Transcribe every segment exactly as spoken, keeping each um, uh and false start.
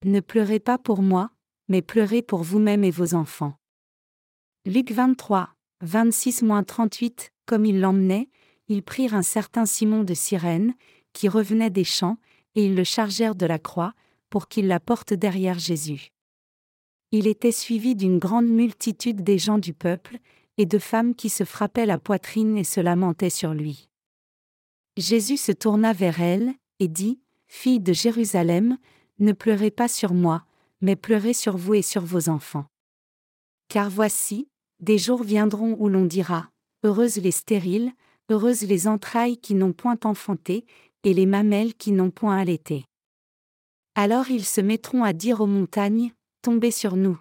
Ne pleurez pas pour moi, mais pleurez pour vous-même et vos enfants. Luc vingt-trois, vingt-six à trente-huit. Comme ils l'emmenaient, ils prirent un certain Simon de Cyrène, qui revenait des champs, et ils le chargèrent de la croix, pour qu'il la porte derrière Jésus. Il était suivi d'une grande multitude des gens du peuple, et de femmes qui se frappaient la poitrine et se lamentaient sur lui. Jésus se tourna vers elles, et dit, « Filles de Jérusalem, ne pleurez pas sur moi, mais pleurez sur vous et sur vos enfants. Car voici, des jours viendront où l'on dira, heureuses les stériles, heureuses les entrailles qui n'ont point enfanté, et les mamelles qui n'ont point allaité. Alors ils se mettront à dire aux montagnes, tombez sur nous.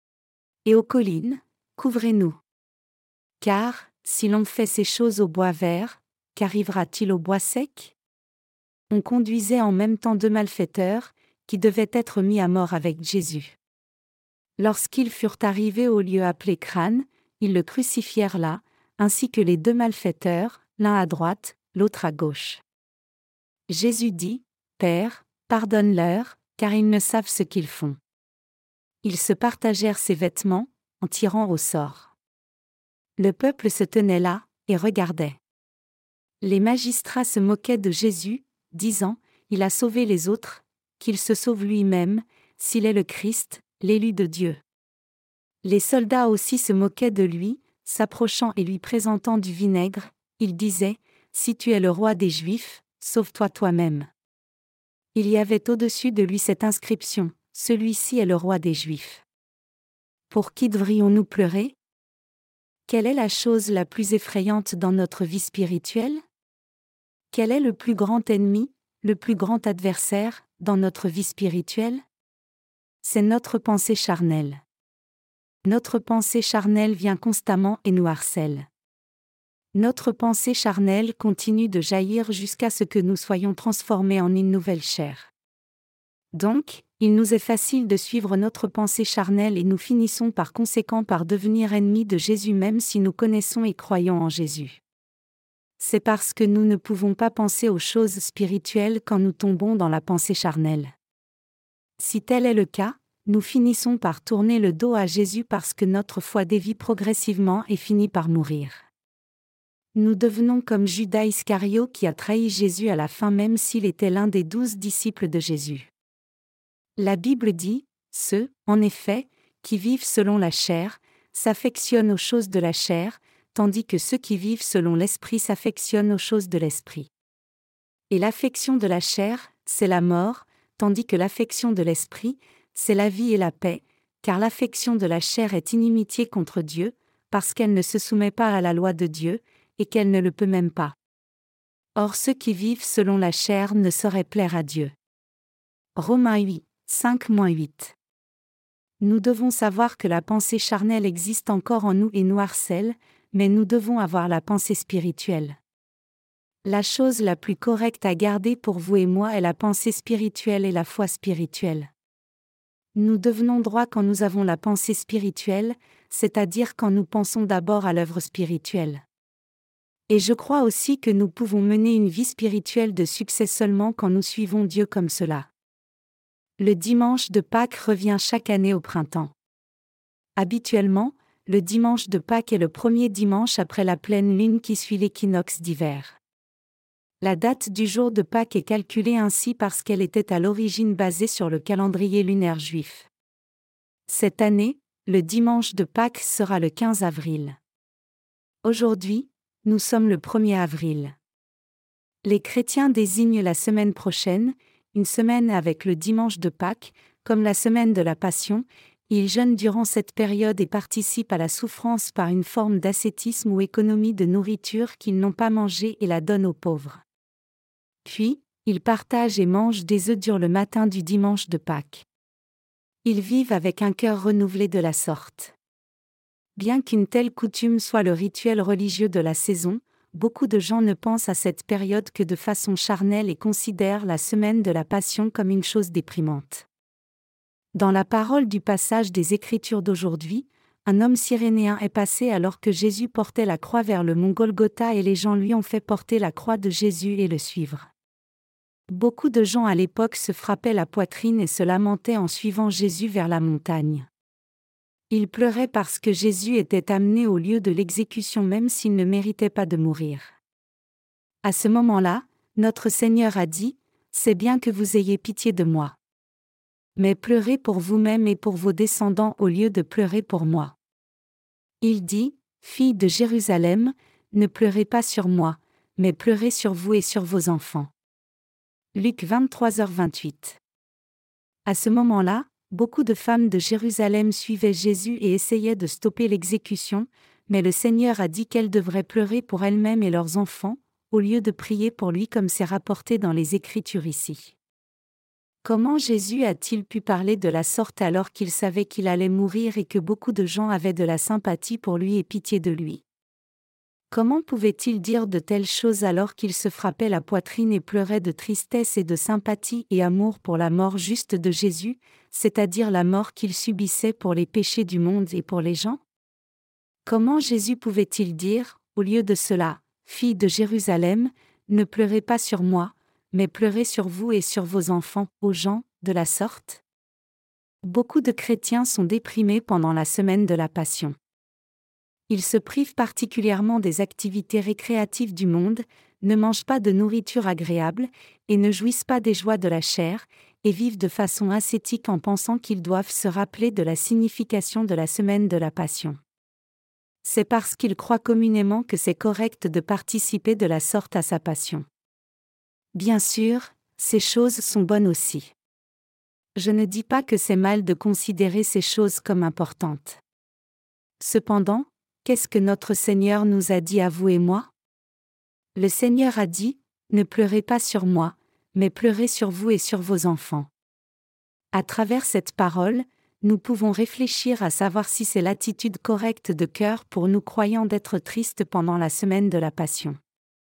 Et aux collines, couvrez-nous. Car, si l'on fait ces choses au bois vert, qu'arrivera-t-il au bois sec? On conduisait en même temps deux malfaiteurs, qui devaient être mis à mort avec Jésus. Lorsqu'ils furent arrivés au lieu appelé Crâne, ils le crucifièrent là, ainsi que les deux malfaiteurs, l'un à droite, l'autre à gauche. Jésus dit, « Père, pardonne-leur, car ils ne savent ce qu'ils font. » Ils se partagèrent ses vêtements, en tirant au sort. Le peuple se tenait là, et regardait. Les magistrats se moquaient de Jésus, disant, « Il a sauvé les autres, qu'il se sauve lui-même, s'il est le Christ, l'élu de Dieu. » Les soldats aussi se moquaient de lui, s'approchant et lui présentant du vinaigre, ils disaient, « Si tu es le roi des Juifs, sauve-toi toi-même. » Il y avait au-dessus de lui cette inscription, « Celui-ci est le roi des Juifs. » Pour qui devrions-nous pleurer? Quelle est la chose la plus effrayante dans notre vie spirituelle? Quel est le plus grand ennemi, le plus grand adversaire, dans notre vie spirituelle? C'est notre pensée charnelle. Notre pensée charnelle vient constamment et nous harcèle. Notre pensée charnelle continue de jaillir jusqu'à ce que nous soyons transformés en une nouvelle chair. Donc, il nous est facile de suivre notre pensée charnelle et nous finissons par conséquent par devenir ennemis de Jésus même si nous connaissons et croyons en Jésus. C'est parce que nous ne pouvons pas penser aux choses spirituelles quand nous tombons dans la pensée charnelle. Si tel est le cas, nous finissons par tourner le dos à Jésus parce que notre foi dévie progressivement et finit par mourir. Nous devenons comme Judas Iscario qui a trahi Jésus à la fin même s'il était l'un des douze disciples de Jésus. La Bible dit, « Ceux, en effet, qui vivent selon la chair, s'affectionnent aux choses de la chair, tandis que ceux qui vivent selon l'esprit s'affectionnent aux choses de l'esprit. » Et l'affection de la chair, c'est la mort, tandis que l'affection de l'esprit, c'est la vie et la paix, car l'affection de la chair est inimitié contre Dieu, parce qu'elle ne se soumet pas à la loi de Dieu, et qu'elle ne le peut même pas. Or ceux qui vivent selon la chair ne sauraient plaire à Dieu. Romains huit, cinq à huit. Nous devons savoir que la pensée charnelle existe encore en nous et nous harcèle, mais nous devons avoir la pensée spirituelle. La chose la plus correcte à garder pour vous et moi est la pensée spirituelle et la foi spirituelle. Nous devenons droits quand nous avons la pensée spirituelle, c'est-à-dire quand nous pensons d'abord à l'œuvre spirituelle. Et je crois aussi que nous pouvons mener une vie spirituelle de succès seulement quand nous suivons Dieu comme cela. Le dimanche de Pâques revient chaque année au printemps. Habituellement, le dimanche de Pâques est le premier dimanche après la pleine lune qui suit l'équinoxe d'hiver. La date du jour de Pâques est calculée ainsi parce qu'elle était à l'origine basée sur le calendrier lunaire juif. Cette année, le dimanche de Pâques sera le quinze avril. Aujourd'hui, nous sommes le premier avril. Les chrétiens désignent la semaine prochaine, une semaine avec le dimanche de Pâques, comme la semaine de la Passion. Ils jeûnent durant cette période et participent à la souffrance par une forme d'ascétisme ou économie de nourriture qu'ils n'ont pas mangée et la donnent aux pauvres. Puis, ils partagent et mangent des œufs durs le matin du dimanche de Pâques. Ils vivent avec un cœur renouvelé de la sorte. Bien qu'une telle coutume soit le rituel religieux de la saison, beaucoup de gens ne pensent à cette période que de façon charnelle et considèrent la semaine de la Passion comme une chose déprimante. Dans la parole du passage des Écritures d'aujourd'hui, un homme cyrénéen est passé alors que Jésus portait la croix vers le mont Golgotha et les gens lui ont fait porter la croix de Jésus et le suivre. Beaucoup de gens à l'époque se frappaient la poitrine et se lamentaient en suivant Jésus vers la montagne. Ils pleuraient parce que Jésus était amené au lieu de l'exécution même s'il ne méritait pas de mourir. À ce moment-là, notre Seigneur a dit, « C'est bien que vous ayez pitié de moi. Mais pleurez pour vous-même et pour vos descendants au lieu de pleurer pour moi. » Il dit, « Filles de Jérusalem, ne pleurez pas sur moi, mais pleurez sur vous et sur vos enfants. » Luc vingt-trois heures vingt-huit. À ce moment-là, beaucoup de femmes de Jérusalem suivaient Jésus et essayaient de stopper l'exécution, mais le Seigneur a dit qu'elles devraient pleurer pour elles-mêmes et leurs enfants, au lieu de prier pour lui comme c'est rapporté dans les Écritures ici. Comment Jésus a-t-il pu parler de la sorte alors qu'il savait qu'il allait mourir et que beaucoup de gens avaient de la sympathie pour lui et pitié de lui? Comment pouvait-il dire de telles choses alors qu'il se frappait la poitrine et pleurait de tristesse et de sympathie et amour pour la mort juste de Jésus, c'est-à-dire la mort qu'il subissait pour les péchés du monde et pour les gens? Comment Jésus pouvait-il dire, au lieu de cela, « Filles de Jérusalem, ne pleurez pas sur moi, mais pleurez sur vous et sur vos enfants, aux gens, de la sorte ?» Beaucoup de chrétiens sont déprimés pendant la semaine de la Passion. Ils se privent particulièrement des activités récréatives du monde, ne mangent pas de nourriture agréable, et ne jouissent pas des joies de la chair, et vivent de façon ascétique en pensant qu'ils doivent se rappeler de la signification de la semaine de la Passion. C'est parce qu'ils croient communément que c'est correct de participer de la sorte à sa passion. Bien sûr, ces choses sont bonnes aussi. Je ne dis pas que c'est mal de considérer ces choses comme importantes. Cependant, qu'est-ce que notre Seigneur nous a dit à vous et moi? Le Seigneur a dit, « Ne pleurez pas sur moi, mais pleurez sur vous et sur vos enfants. » À travers cette parole, nous pouvons réfléchir à savoir si c'est l'attitude correcte de cœur pour nous croyants d'être tristes pendant la semaine de la Passion.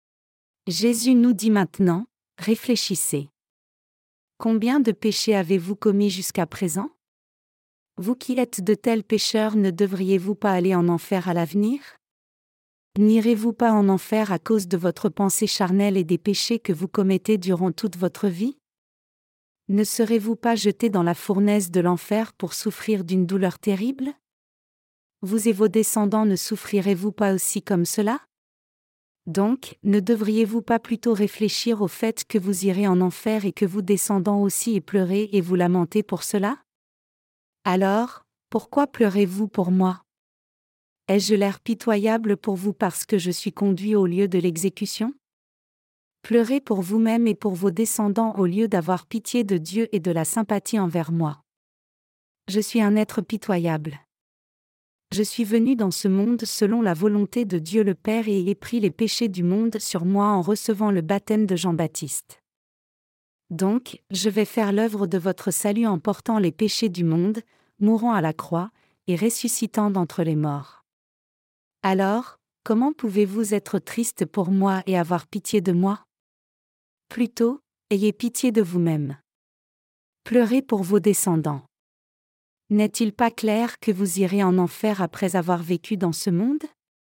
Jésus nous dit maintenant, « Réfléchissez. Combien de péchés avez-vous commis jusqu'à présent? Vous qui êtes de tels pécheurs, ne devriez-vous pas aller en enfer à l'avenir? N'irez-vous pas en enfer à cause de votre pensée charnelle et des péchés que vous commettez durant toute votre vie? Ne serez-vous pas jetés dans la fournaise de l'enfer pour souffrir d'une douleur terrible? Vous et vos descendants ne souffrirez-vous pas aussi comme cela? Donc, ne devriez-vous pas plutôt réfléchir au fait que vous irez en enfer et que vous descendants aussi et pleurer et vous lamenter pour cela? Alors, pourquoi pleurez-vous pour moi? Ai-je l'air pitoyable pour vous parce que je suis conduit au lieu de l'exécution? Pleurez pour vous-même et pour vos descendants au lieu d'avoir pitié de Dieu et de la sympathie envers moi. Je suis un être pitoyable. Je suis venu dans ce monde selon la volonté de Dieu le Père et ai pris les péchés du monde sur moi en recevant le baptême de Jean-Baptiste. Donc, je vais faire l'œuvre de votre salut en portant les péchés du monde, mourant à la croix, et ressuscitant d'entre les morts. Alors, comment pouvez-vous être triste pour moi et avoir pitié de moi? Plutôt, ayez pitié de vous-même. Pleurez pour vos descendants. N'est-il pas clair que vous irez en enfer après avoir vécu dans ce monde?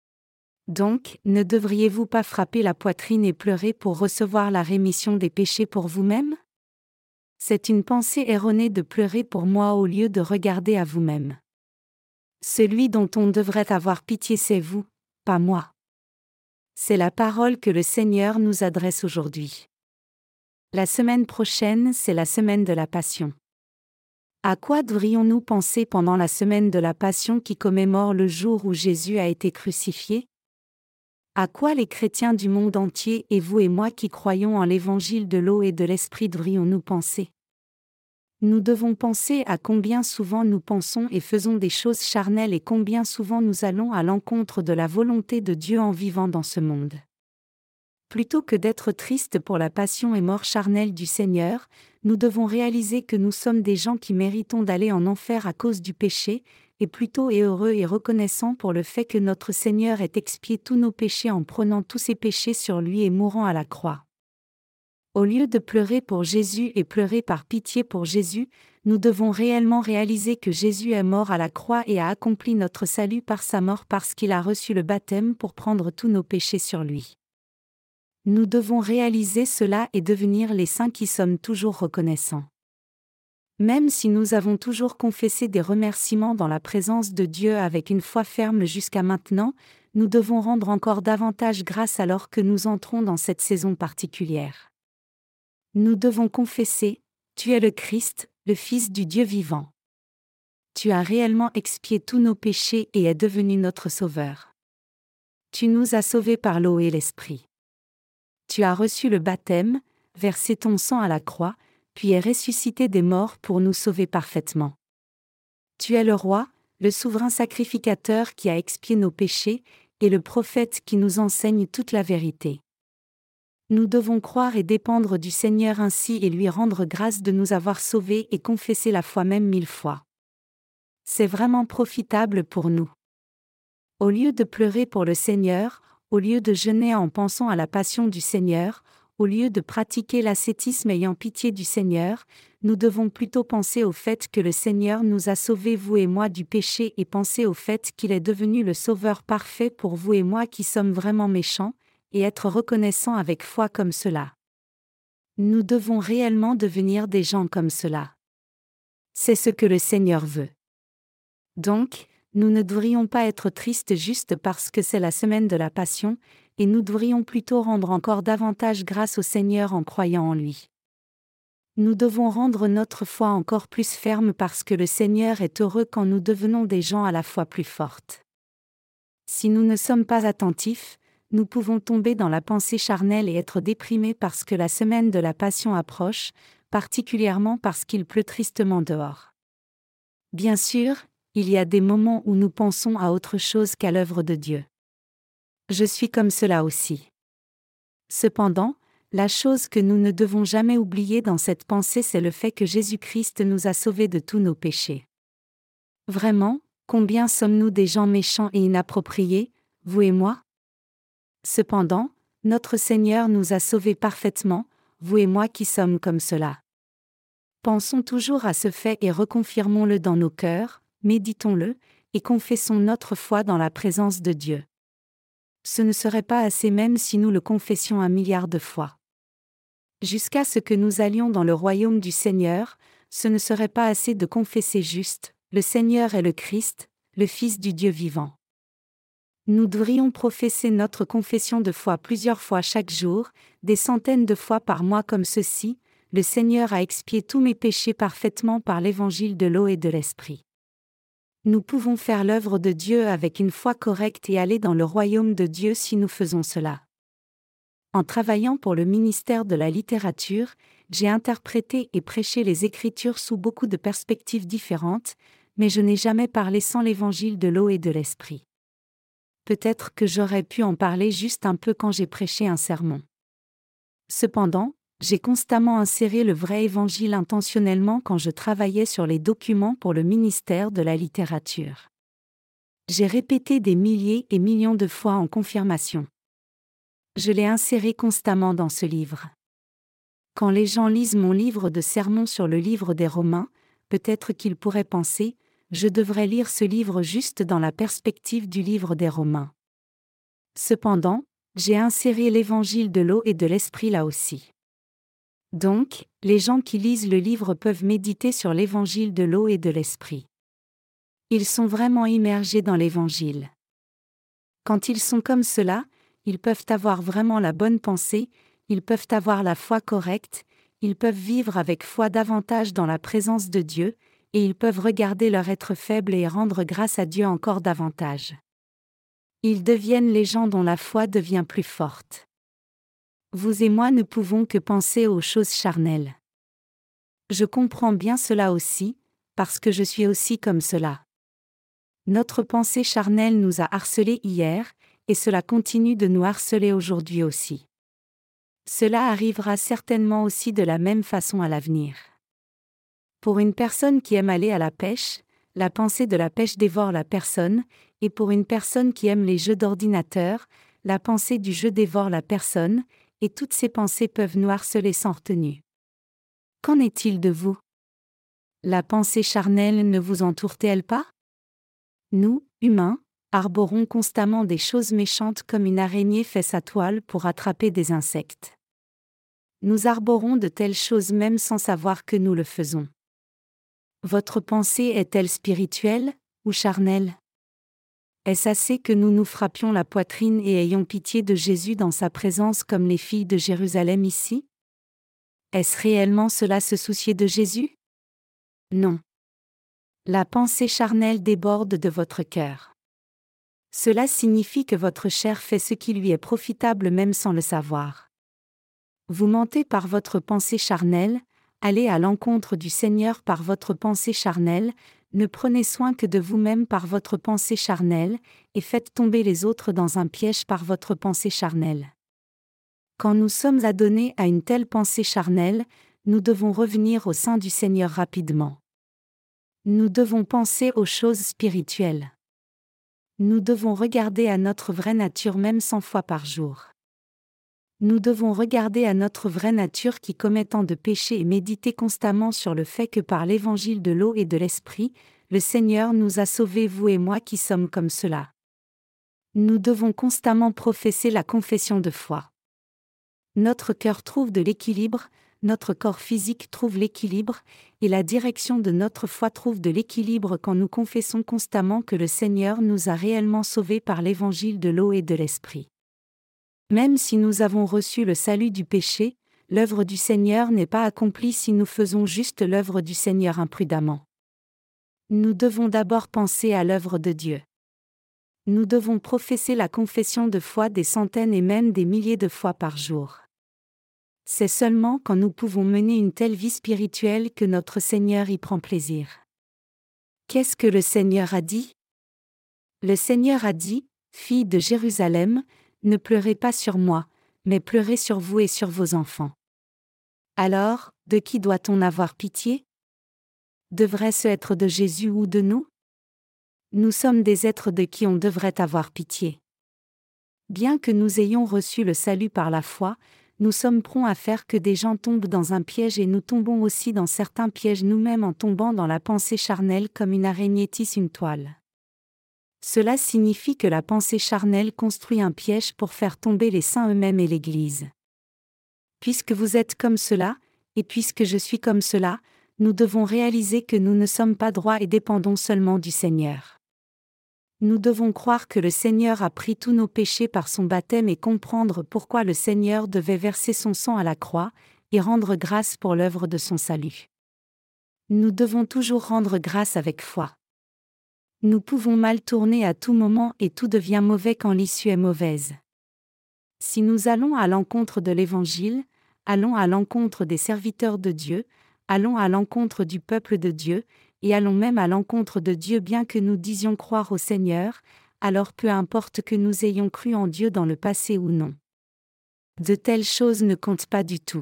Donc, ne devriez-vous pas frapper la poitrine et pleurer pour recevoir la rémission des péchés pour vous-même? C'est une pensée erronée de pleurer pour moi au lieu de regarder à vous-même. Celui dont on devrait avoir pitié, c'est vous, pas moi. C'est la parole que le Seigneur nous adresse aujourd'hui. La semaine prochaine, c'est la semaine de la Passion. À quoi devrions-nous penser pendant la semaine de la Passion qui commémore le jour où Jésus a été crucifié? À quoi les chrétiens du monde entier et vous et moi qui croyons en l'évangile de l'eau et de l'esprit devrions-nous penser? Nous devons penser à combien souvent nous pensons et faisons des choses charnelles et combien souvent nous allons à l'encontre de la volonté de Dieu en vivant dans ce monde. Plutôt que d'être tristes pour la passion et mort charnelle du Seigneur, nous devons réaliser que nous sommes des gens qui méritons d'aller en enfer à cause du péché, et plutôt et heureux et reconnaissants pour le fait que notre Seigneur ait expié tous nos péchés en prenant tous ses péchés sur lui et mourant à la croix. Au lieu de pleurer pour Jésus et pleurer par pitié pour Jésus, nous devons réellement réaliser que Jésus est mort à la croix et a accompli notre salut par sa mort parce qu'il a reçu le baptême pour prendre tous nos péchés sur lui. Nous devons réaliser cela et devenir les saints qui sommes toujours reconnaissants. Même si nous avons toujours confessé des remerciements dans la présence de Dieu avec une foi ferme jusqu'à maintenant, nous devons rendre encore davantage grâce alors que nous entrons dans cette saison particulière. Nous devons confesser, « Tu es le Christ, le Fils du Dieu vivant. Tu as réellement expié tous nos péchés et es devenu notre Sauveur. Tu nous as sauvés par l'eau et l'Esprit. Tu as reçu le baptême, versé ton sang à la croix, puis es ressuscité des morts pour nous sauver parfaitement. Tu es le Roi, le souverain sacrificateur qui a expié nos péchés, et le prophète qui nous enseigne toute la vérité. Nous devons croire et dépendre du Seigneur ainsi et lui rendre grâce de nous avoir sauvés et confesser la foi même mille fois. C'est vraiment profitable pour nous. Au lieu de pleurer pour le Seigneur, au lieu de jeûner en pensant à la passion du Seigneur, au lieu de pratiquer l'ascétisme ayant pitié du Seigneur, nous devons plutôt penser au fait que le Seigneur nous a sauvés vous et moi du péché et penser au fait qu'il est devenu le Sauveur parfait pour vous et moi qui sommes vraiment méchants, et être reconnaissants avec foi comme cela. Nous devons réellement devenir des gens comme cela. C'est ce que le Seigneur veut. Donc, nous ne devrions pas être tristes juste parce que c'est la semaine de la Passion, et nous devrions plutôt rendre encore davantage grâce au Seigneur en croyant en lui. Nous devons rendre notre foi encore plus ferme parce que le Seigneur est heureux quand nous devenons des gens à la foi plus forte. Si nous ne sommes pas attentifs, nous pouvons tomber dans la pensée charnelle et être déprimés parce que la semaine de la Passion approche, particulièrement parce qu'il pleut tristement dehors. Bien sûr, il y a des moments où nous pensons à autre chose qu'à l'œuvre de Dieu. Je suis comme cela aussi. Cependant, la chose que nous ne devons jamais oublier dans cette pensée, c'est le fait que Jésus-Christ nous a sauvés de tous nos péchés. Vraiment, combien sommes-nous des gens méchants et inappropriés, vous et moi? Cependant, notre Seigneur nous a sauvés parfaitement, vous et moi qui sommes comme cela. Pensons toujours à ce fait et reconfirmons-le dans nos cœurs, méditons-le, et confessons notre foi dans la présence de Dieu. Ce ne serait pas assez même si nous le confessions un milliard de fois. Jusqu'à ce que nous allions dans le royaume du Seigneur, ce ne serait pas assez de confesser juste, le Seigneur est le Christ, le Fils du Dieu vivant. Nous devrions professer notre confession de foi plusieurs fois chaque jour, des centaines de fois par mois comme ceci, le Seigneur a expié tous mes péchés parfaitement par l'évangile de l'eau et de l'Esprit. Nous pouvons faire l'œuvre de Dieu avec une foi correcte et aller dans le royaume de Dieu si nous faisons cela. En travaillant pour le ministère de la littérature, j'ai interprété et prêché les Écritures sous beaucoup de perspectives différentes, mais je n'ai jamais parlé sans l'évangile de l'eau et de l'Esprit. Peut-être que j'aurais pu en parler juste un peu quand j'ai prêché un sermon. Cependant, j'ai constamment inséré le vrai évangile intentionnellement quand je travaillais sur les documents pour le ministère de la littérature. J'ai répété des milliers et millions de fois en confirmation. Je l'ai inséré constamment dans ce livre. Quand les gens lisent mon livre de sermons sur le livre des Romains, peut-être qu'ils pourraient penser, je devrais lire ce livre juste dans la perspective du livre des Romains. Cependant, j'ai inséré l'évangile de l'eau et de l'Esprit là aussi. Donc, les gens qui lisent le livre peuvent méditer sur l'évangile de l'eau et de l'Esprit. Ils sont vraiment immergés dans l'évangile. Quand ils sont comme cela, ils peuvent avoir vraiment la bonne pensée, ils peuvent avoir la foi correcte, ils peuvent vivre avec foi davantage dans la présence de Dieu, et ils peuvent regarder leur être faible et rendre grâce à Dieu encore davantage. Ils deviennent les gens dont la foi devient plus forte. Vous et moi ne pouvons que penser aux choses charnelles. Je comprends bien cela aussi, parce que je suis aussi comme cela. Notre pensée charnelle nous a harcelés hier, et cela continue de nous harceler aujourd'hui aussi. Cela arrivera certainement aussi de la même façon à l'avenir. Pour une personne qui aime aller à la pêche, la pensée de la pêche dévore la personne, et pour une personne qui aime les jeux d'ordinateur, la pensée du jeu dévore la personne, et toutes ces pensées peuvent nous harceler sans retenue. Qu'en est-il de vous? La pensée charnelle ne vous entoure-t-elle pas? Nous, humains, arborons constamment des choses méchantes comme une araignée fait sa toile pour attraper des insectes. Nous arborons de telles choses même sans savoir que nous le faisons. Votre pensée est-elle spirituelle ou charnelle? Est-ce assez que nous nous frappions la poitrine et ayons pitié de Jésus dans sa présence comme les filles de Jérusalem ici? Est-ce réellement cela se soucier de Jésus? Non. La pensée charnelle déborde de votre cœur. Cela signifie que votre chair fait ce qui lui est profitable même sans le savoir. Vous mentez par votre pensée charnelle, allez à l'encontre du Seigneur par votre pensée charnelle, ne prenez soin que de vous-même par votre pensée charnelle, et faites tomber les autres dans un piège par votre pensée charnelle. Quand nous sommes adonnés à une telle pensée charnelle, nous devons revenir au sein du Seigneur rapidement. Nous devons penser aux choses spirituelles. Nous devons regarder à notre vraie nature même cent fois par jour. Nous devons regarder à notre vraie nature qui commet tant de péchés et méditer constamment sur le fait que par l'évangile de l'eau et de l'esprit, le Seigneur nous a sauvés, vous et moi qui sommes comme cela. Nous devons constamment professer la confession de foi. Notre cœur trouve de l'équilibre, notre corps physique trouve l'équilibre, et la direction de notre foi trouve de l'équilibre quand nous confessons constamment que le Seigneur nous a réellement sauvés par l'évangile de l'eau et de l'esprit. Même si nous avons reçu le salut du péché, l'œuvre du Seigneur n'est pas accomplie si nous faisons juste l'œuvre du Seigneur imprudemment. Nous devons d'abord penser à l'œuvre de Dieu. Nous devons professer la confession de foi des centaines et même des milliers de fois par jour. C'est seulement quand nous pouvons mener une telle vie spirituelle que notre Seigneur y prend plaisir. Qu'est-ce que le Seigneur a dit? Le Seigneur a dit, « Filles de Jérusalem, ne pleurez pas sur moi, mais pleurez sur vous et sur vos enfants. » Alors, de qui doit-on avoir pitié? Devrait-ce être de Jésus ou de nous? Nous sommes des êtres de qui on devrait avoir pitié. Bien que nous ayons reçu le salut par la foi, nous sommes prompts à faire que des gens tombent dans un piège et nous tombons aussi dans certains pièges nous-mêmes en tombant dans la pensée charnelle comme une araignée tisse une toile. Cela signifie que la pensée charnelle construit un piège pour faire tomber les saints eux-mêmes et l'Église. Puisque vous êtes comme cela, et puisque je suis comme cela, nous devons réaliser que nous ne sommes pas droits et dépendons seulement du Seigneur. Nous devons croire que le Seigneur a pris tous nos péchés par son baptême et comprendre pourquoi le Seigneur devait verser son sang à la croix, et rendre grâce pour l'œuvre de son salut. Nous devons toujours rendre grâce avec foi. Nous pouvons mal tourner à tout moment et tout devient mauvais quand l'issue est mauvaise. Si nous allons à l'encontre de l'Évangile, allons à l'encontre des serviteurs de Dieu, allons à l'encontre du peuple de Dieu, et allons même à l'encontre de Dieu bien que nous disions croire au Seigneur, alors peu importe que nous ayons cru en Dieu dans le passé ou non. De telles choses ne comptent pas du tout.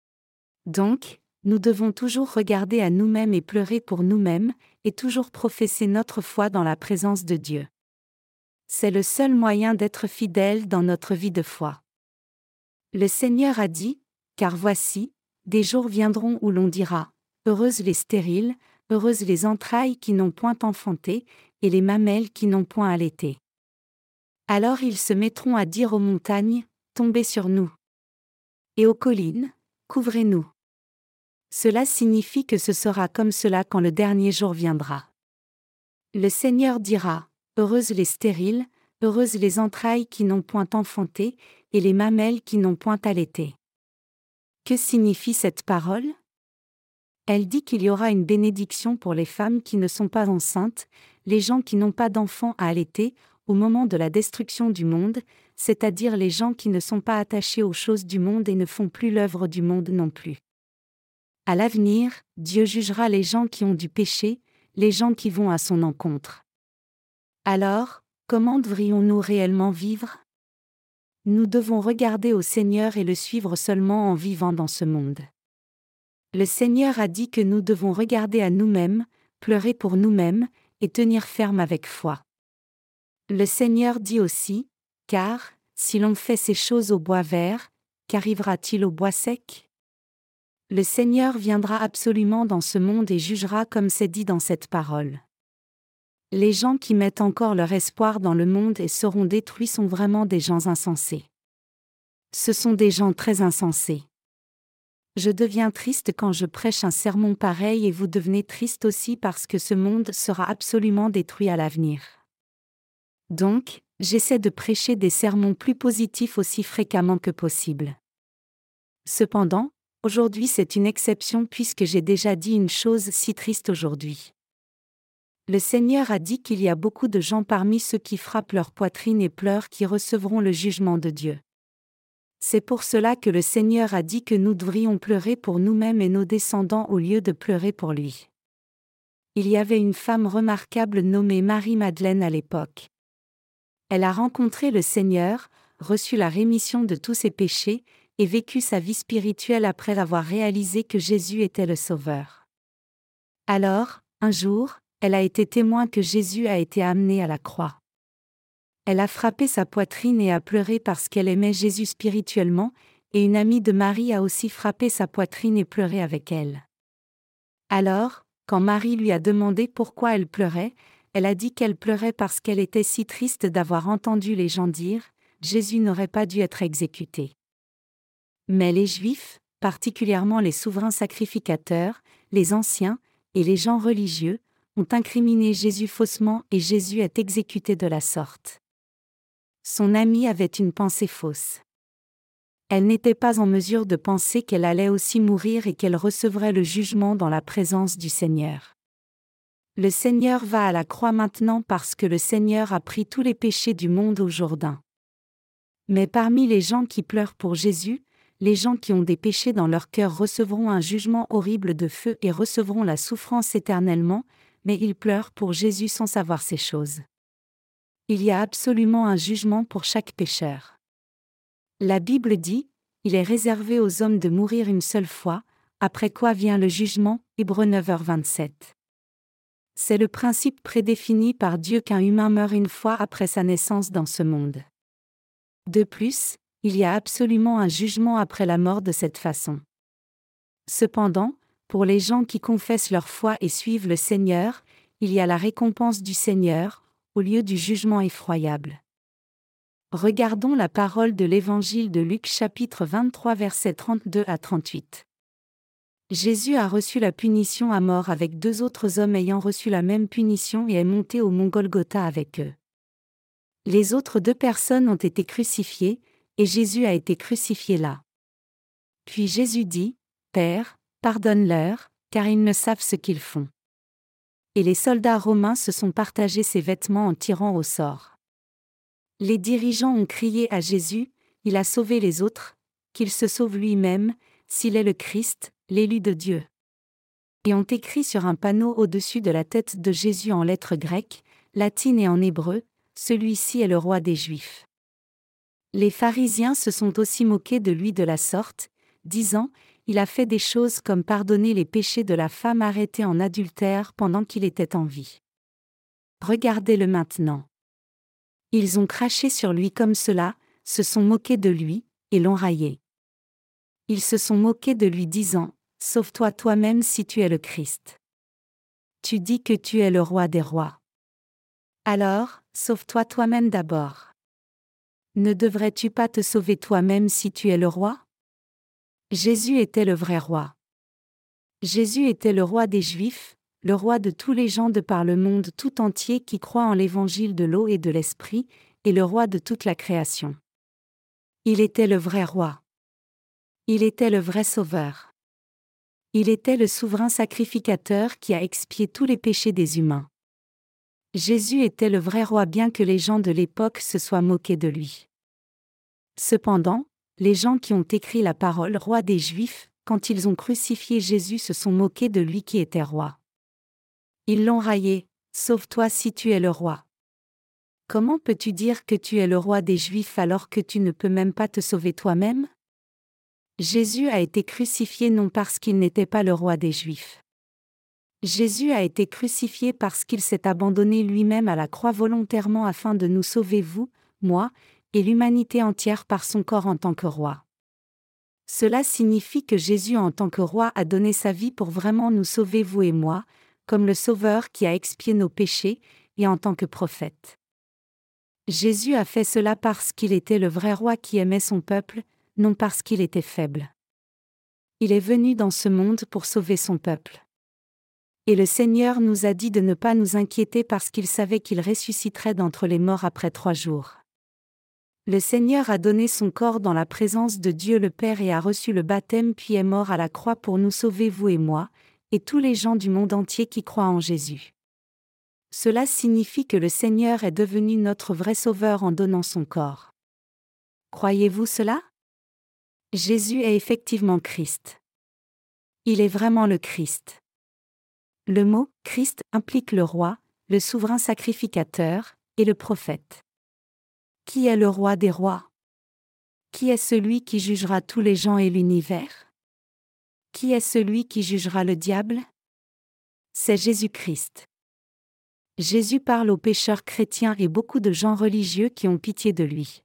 Donc, nous devons toujours regarder à nous-mêmes et pleurer pour nous-mêmes, et toujours professer notre foi dans la présence de Dieu. C'est le seul moyen d'être fidèle dans notre vie de foi. Le Seigneur a dit, « Car voici, des jours viendront où l'on dira, heureuses les stériles, heureuses les entrailles qui n'ont point enfanté, et les mamelles qui n'ont point allaité. Alors ils se mettront à dire aux montagnes, tombez sur nous. Et aux collines, couvrez-nous. » Cela signifie que ce sera comme cela quand le dernier jour viendra. Le Seigneur dira, heureuses les stériles, heureuses les entrailles qui n'ont point enfanté, et les mamelles qui n'ont point allaité. Que signifie cette parole? Elle dit qu'il y aura une bénédiction pour les femmes qui ne sont pas enceintes, les gens qui n'ont pas d'enfants à allaiter, au moment de la destruction du monde, c'est-à-dire les gens qui ne sont pas attachés aux choses du monde et ne font plus l'œuvre du monde non plus. À l'avenir, Dieu jugera les gens qui ont du péché, les gens qui vont à son encontre. Alors, comment devrions-nous réellement vivre? Nous devons regarder au Seigneur et le suivre seulement en vivant dans ce monde. Le Seigneur a dit que nous devons regarder à nous-mêmes, pleurer pour nous-mêmes, et tenir ferme avec foi. Le Seigneur dit aussi, « Car, si l'on fait ces choses au bois vert, qu'arrivera-t-il au bois sec ?» Le Seigneur viendra absolument dans ce monde et jugera comme c'est dit dans cette parole. Les gens qui mettent encore leur espoir dans le monde et seront détruits sont vraiment des gens insensés. Ce sont des gens très insensés. Je deviens triste quand je prêche un sermon pareil et vous devenez triste aussi parce que ce monde sera absolument détruit à l'avenir. Donc, j'essaie de prêcher des sermons plus positifs aussi fréquemment que possible. Cependant, aujourd'hui c'est une exception puisque j'ai déjà dit une chose si triste aujourd'hui. Le Seigneur a dit qu'il y a beaucoup de gens parmi ceux qui frappent leur poitrine et pleurent qui recevront le jugement de Dieu. C'est pour cela que le Seigneur a dit que nous devrions pleurer pour nous-mêmes et nos descendants au lieu de pleurer pour lui. Il y avait une femme remarquable nommée Marie-Madeleine à l'époque. Elle a rencontré le Seigneur, reçu la rémission de tous ses péchés, et vécu sa vie spirituelle après avoir réalisé que Jésus était le Sauveur. Alors, un jour, elle a été témoin que Jésus a été amené à la croix. Elle a frappé sa poitrine et a pleuré parce qu'elle aimait Jésus spirituellement, et une amie de Marie a aussi frappé sa poitrine et pleuré avec elle. Alors, quand Marie lui a demandé pourquoi elle pleurait, elle a dit qu'elle pleurait parce qu'elle était si triste d'avoir entendu les gens dire « Jésus n'aurait pas dû être exécuté ». Mais les Juifs, particulièrement les souverains sacrificateurs, les anciens, et les gens religieux, ont incriminé Jésus faussement et Jésus est exécuté de la sorte. Son amie avait une pensée fausse. Elle n'était pas en mesure de penser qu'elle allait aussi mourir et qu'elle recevrait le jugement dans la présence du Seigneur. Le Seigneur va à la croix maintenant parce que le Seigneur a pris tous les péchés du monde au Jourdain. Mais parmi les gens qui pleurent pour Jésus, les gens qui ont des péchés dans leur cœur recevront un jugement horrible de feu et recevront la souffrance éternellement, mais ils pleurent pour Jésus sans savoir ces choses. Il y a absolument un jugement pour chaque pécheur. La Bible dit, il est réservé aux hommes de mourir une seule fois, après quoi vient le jugement, Hébreux neuf heures vingt-sept. C'est le principe prédéfini par Dieu qu'un humain meurt une fois après sa naissance dans ce monde. De plus, il y a absolument un jugement après la mort de cette façon. Cependant, pour les gens qui confessent leur foi et suivent le Seigneur, il y a la récompense du Seigneur, au lieu du jugement effroyable. Regardons la parole de l'Évangile de Luc chapitre vingt-trois versets trente-deux à trente-huit. Jésus a reçu la punition à mort avec deux autres hommes ayant reçu la même punition et est monté au mont Golgotha avec eux. Les autres deux personnes ont été crucifiées, et Jésus a été crucifié là. Puis Jésus dit, « Père, pardonne-leur, car ils ne savent ce qu'ils font. » Et les soldats romains se sont partagés ses vêtements en tirant au sort. Les dirigeants ont crié à Jésus, « Il a sauvé les autres, qu'il se sauve lui-même, s'il est le Christ, l'élu de Dieu. » Et ont écrit sur un panneau au-dessus de la tête de Jésus en lettres grecques, latines et en hébreu, « Celui-ci est le roi des Juifs. » Les pharisiens se sont aussi moqués de lui de la sorte, disant, il a fait des choses comme pardonner les péchés de la femme arrêtée en adultère pendant qu'il était en vie. Regardez-le maintenant. Ils ont craché sur lui comme cela, se sont moqués de lui, et l'ont raillé. Ils se sont moqués de lui disant, « Sauve-toi toi-même si tu es le Christ. Tu dis que tu es le roi des rois. Alors, sauve-toi toi-même d'abord. Ne devrais-tu pas te sauver toi-même si tu es le roi ?» Jésus était le vrai roi. Jésus était le roi des Juifs, le roi de tous les gens de par le monde tout entier qui croient en l'évangile de l'eau et de l'esprit, et le roi de toute la création. Il était le vrai roi. Il était le vrai sauveur. Il était le souverain sacrificateur qui a expié tous les péchés des humains. Jésus était le vrai roi bien que les gens de l'époque se soient moqués de lui. Cependant, les gens qui ont écrit la parole roi des Juifs, quand ils ont crucifié Jésus se sont moqués de lui qui était roi. Ils l'ont raillé, « Sauve-toi si tu es le roi. » Comment peux-tu dire que tu es le roi des Juifs alors que tu ne peux même pas te sauver toi-même ? Jésus a été crucifié non parce qu'il n'était pas le roi des Juifs. Jésus a été crucifié parce qu'il s'est abandonné lui-même à la croix volontairement afin de nous sauver vous, moi, et l'humanité entière par son corps en tant que roi. Cela signifie que Jésus en tant que roi a donné sa vie pour vraiment nous sauver vous et moi, comme le Sauveur qui a expié nos péchés, et en tant que prophète. Jésus a fait cela parce qu'il était le vrai roi qui aimait son peuple, non parce qu'il était faible. Il est venu dans ce monde pour sauver son peuple. Et le Seigneur nous a dit de ne pas nous inquiéter parce qu'il savait qu'il ressusciterait d'entre les morts après trois jours. Le Seigneur a donné son corps dans la présence de Dieu le Père et a reçu le baptême puis est mort à la croix pour nous sauver, vous et moi, et tous les gens du monde entier qui croient en Jésus. Cela signifie que le Seigneur est devenu notre vrai sauveur en donnant son corps. Croyez-vous cela? Jésus est effectivement Christ. Il est vraiment le Christ. Le mot « Christ » implique le roi, le souverain sacrificateur, et le prophète. Qui est le roi des rois? Qui est celui qui jugera tous les gens et l'univers? Qui est celui qui jugera le diable? C'est Jésus-Christ. Jésus parle aux pécheurs chrétiens et beaucoup de gens religieux qui ont pitié de lui.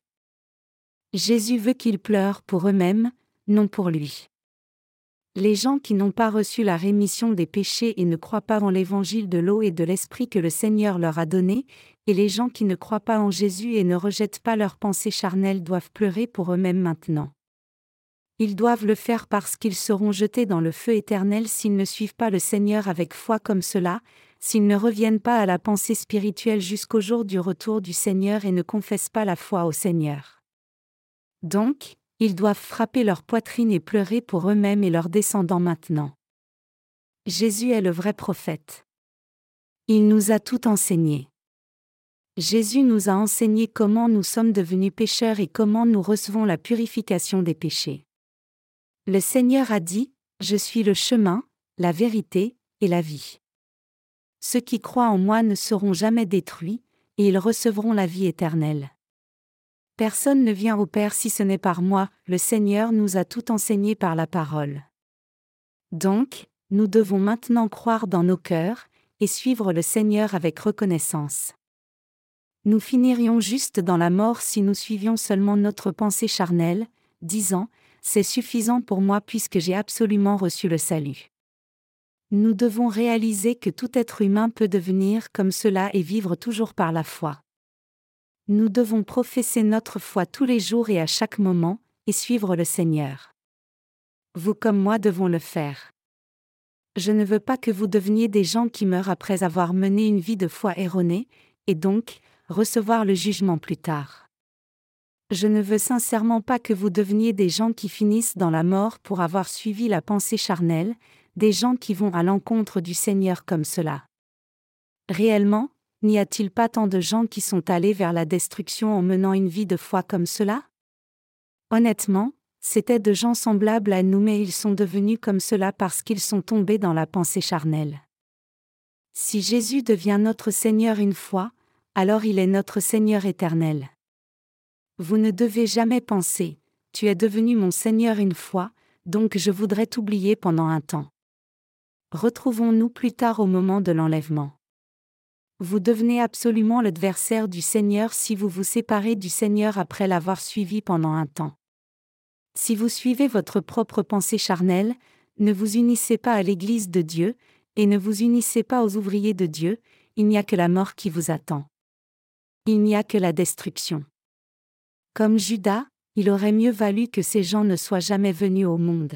Jésus veut qu'ils pleurent pour eux-mêmes, non pour lui. Les gens qui n'ont pas reçu la rémission des péchés et ne croient pas en l'évangile de l'eau et de l'esprit que le Seigneur leur a donné, et les gens qui ne croient pas en Jésus et ne rejettent pas leurs pensées charnelles doivent pleurer pour eux-mêmes maintenant. Ils doivent le faire parce qu'ils seront jetés dans le feu éternel s'ils ne suivent pas le Seigneur avec foi comme cela, s'ils ne reviennent pas à la pensée spirituelle jusqu'au jour du retour du Seigneur et ne confessent pas la foi au Seigneur. Donc, ils doivent frapper leur poitrine et pleurer pour eux-mêmes et leurs descendants maintenant. Jésus est le vrai prophète. Il nous a tout enseigné. Jésus nous a enseigné comment nous sommes devenus pécheurs et comment nous recevons la purification des péchés. Le Seigneur a dit, « Je suis le chemin, la vérité et la vie. Ceux qui croient en moi ne seront jamais détruits, et ils recevront la vie éternelle. Personne ne vient au Père si ce n'est par moi, le Seigneur nous a tout enseigné par la parole. Donc, nous devons maintenant croire dans nos cœurs, et suivre le Seigneur avec reconnaissance. Nous finirions juste dans la mort si nous suivions seulement notre pensée charnelle, disant « C'est suffisant pour moi puisque j'ai absolument reçu le salut ». Nous devons réaliser que tout être humain peut devenir comme cela et vivre toujours par la foi. Nous devons professer notre foi tous les jours et à chaque moment, et suivre le Seigneur. Vous comme moi devons le faire. Je ne veux pas que vous deveniez des gens qui meurent après avoir mené une vie de foi erronée, et donc, recevoir le jugement plus tard. Je ne veux sincèrement pas que vous deveniez des gens qui finissent dans la mort pour avoir suivi la pensée charnelle, des gens qui vont à l'encontre du Seigneur comme cela. Réellement, n'y a-t-il pas tant de gens qui sont allés vers la destruction en menant une vie de foi comme cela? Honnêtement, c'étaient de gens semblables à nous mais ils sont devenus comme cela parce qu'ils sont tombés dans la pensée charnelle. Si Jésus devient notre Seigneur une fois, alors il est notre Seigneur éternel. Vous ne devez jamais penser, « Tu es devenu mon Seigneur une fois, donc je voudrais t'oublier pendant un temps. » Retrouvons-nous plus tard au moment de l'enlèvement. Vous devenez absolument l'adversaire du Seigneur si vous vous séparez du Seigneur après l'avoir suivi pendant un temps. Si vous suivez votre propre pensée charnelle, ne vous unissez pas à l'Église de Dieu, et ne vous unissez pas aux ouvriers de Dieu, il n'y a que la mort qui vous attend. Il n'y a que la destruction. Comme Judas, il aurait mieux valu que ces gens ne soient jamais venus au monde.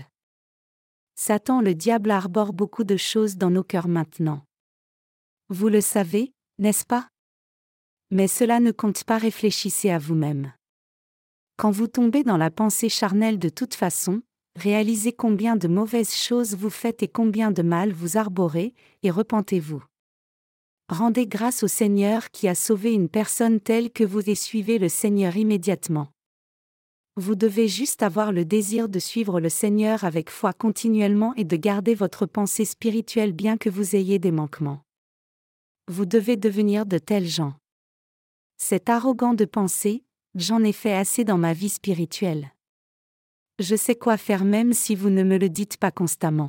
Satan le diable arbore beaucoup de choses dans nos cœurs maintenant. Vous le savez, n'est-ce pas? Mais cela ne compte pas, réfléchissez à vous-même. Quand vous tombez dans la pensée charnelle de toute façon, réalisez combien de mauvaises choses vous faites et combien de mal vous arborez, et repentez-vous. Rendez grâce au Seigneur qui a sauvé une personne telle que vous et suivez le Seigneur immédiatement. Vous devez juste avoir le désir de suivre le Seigneur avec foi continuellement et de garder votre pensée spirituelle bien que vous ayez des manquements. Vous devez devenir de tels gens. C'est arrogant de penser, j'en ai fait assez dans ma vie spirituelle. Je sais quoi faire même si vous ne me le dites pas constamment.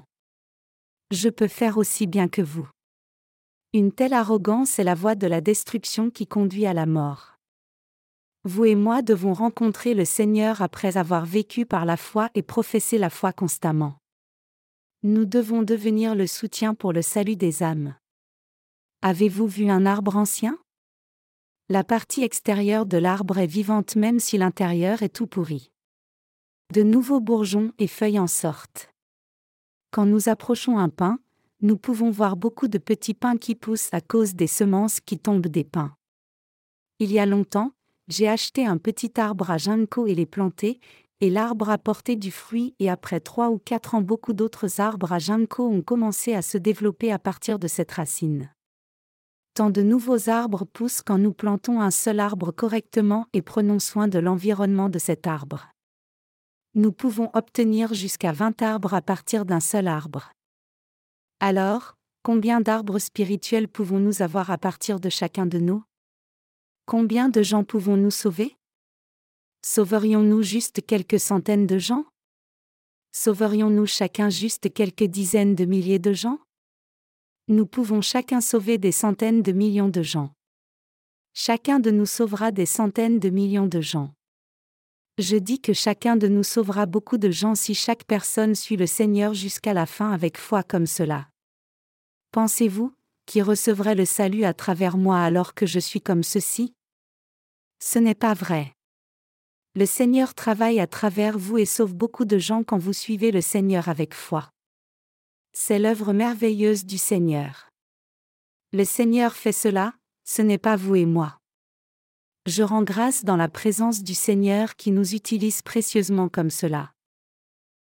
Je peux faire aussi bien que vous. Une telle arrogance est la voie de la destruction qui conduit à la mort. Vous et moi devons rencontrer le Seigneur après avoir vécu par la foi et professer la foi constamment. Nous devons devenir le soutien pour le salut des âmes. Avez-vous vu un arbre ancien? La partie extérieure de l'arbre est vivante même si l'intérieur est tout pourri. De nouveaux bourgeons et feuilles en sortent. Quand nous approchons un pin, nous pouvons voir beaucoup de petits pins qui poussent à cause des semences qui tombent des pins. Il y a longtemps, j'ai acheté un petit arbre à ginkgo et l'ai planté, et l'arbre a porté du fruit et après trois ou quatre ans beaucoup d'autres arbres à ginkgo ont commencé à se développer à partir de cette racine. Tant de nouveaux arbres poussent quand nous plantons un seul arbre correctement et prenons soin de l'environnement de cet arbre. Nous pouvons obtenir jusqu'à vingt arbres à partir d'un seul arbre. Alors, combien d'arbres spirituels pouvons-nous avoir à partir de chacun de nous? Combien de gens pouvons-nous sauver? Sauverions-nous juste quelques centaines de gens? Sauverions-nous chacun juste quelques dizaines de milliers de gens? Nous pouvons chacun sauver des centaines de millions de gens. Chacun de nous sauvera des centaines de millions de gens. Je dis que chacun de nous sauvera beaucoup de gens si chaque personne suit le Seigneur jusqu'à la fin avec foi comme cela. Pensez-vous, qui recevrait le salut à travers moi alors que je suis comme ceci? Ce n'est pas vrai. Le Seigneur travaille à travers vous et sauve beaucoup de gens quand vous suivez le Seigneur avec foi. C'est l'œuvre merveilleuse du Seigneur. Le Seigneur fait cela, ce n'est pas vous et moi. Je rends grâce dans la présence du Seigneur qui nous utilise précieusement comme cela.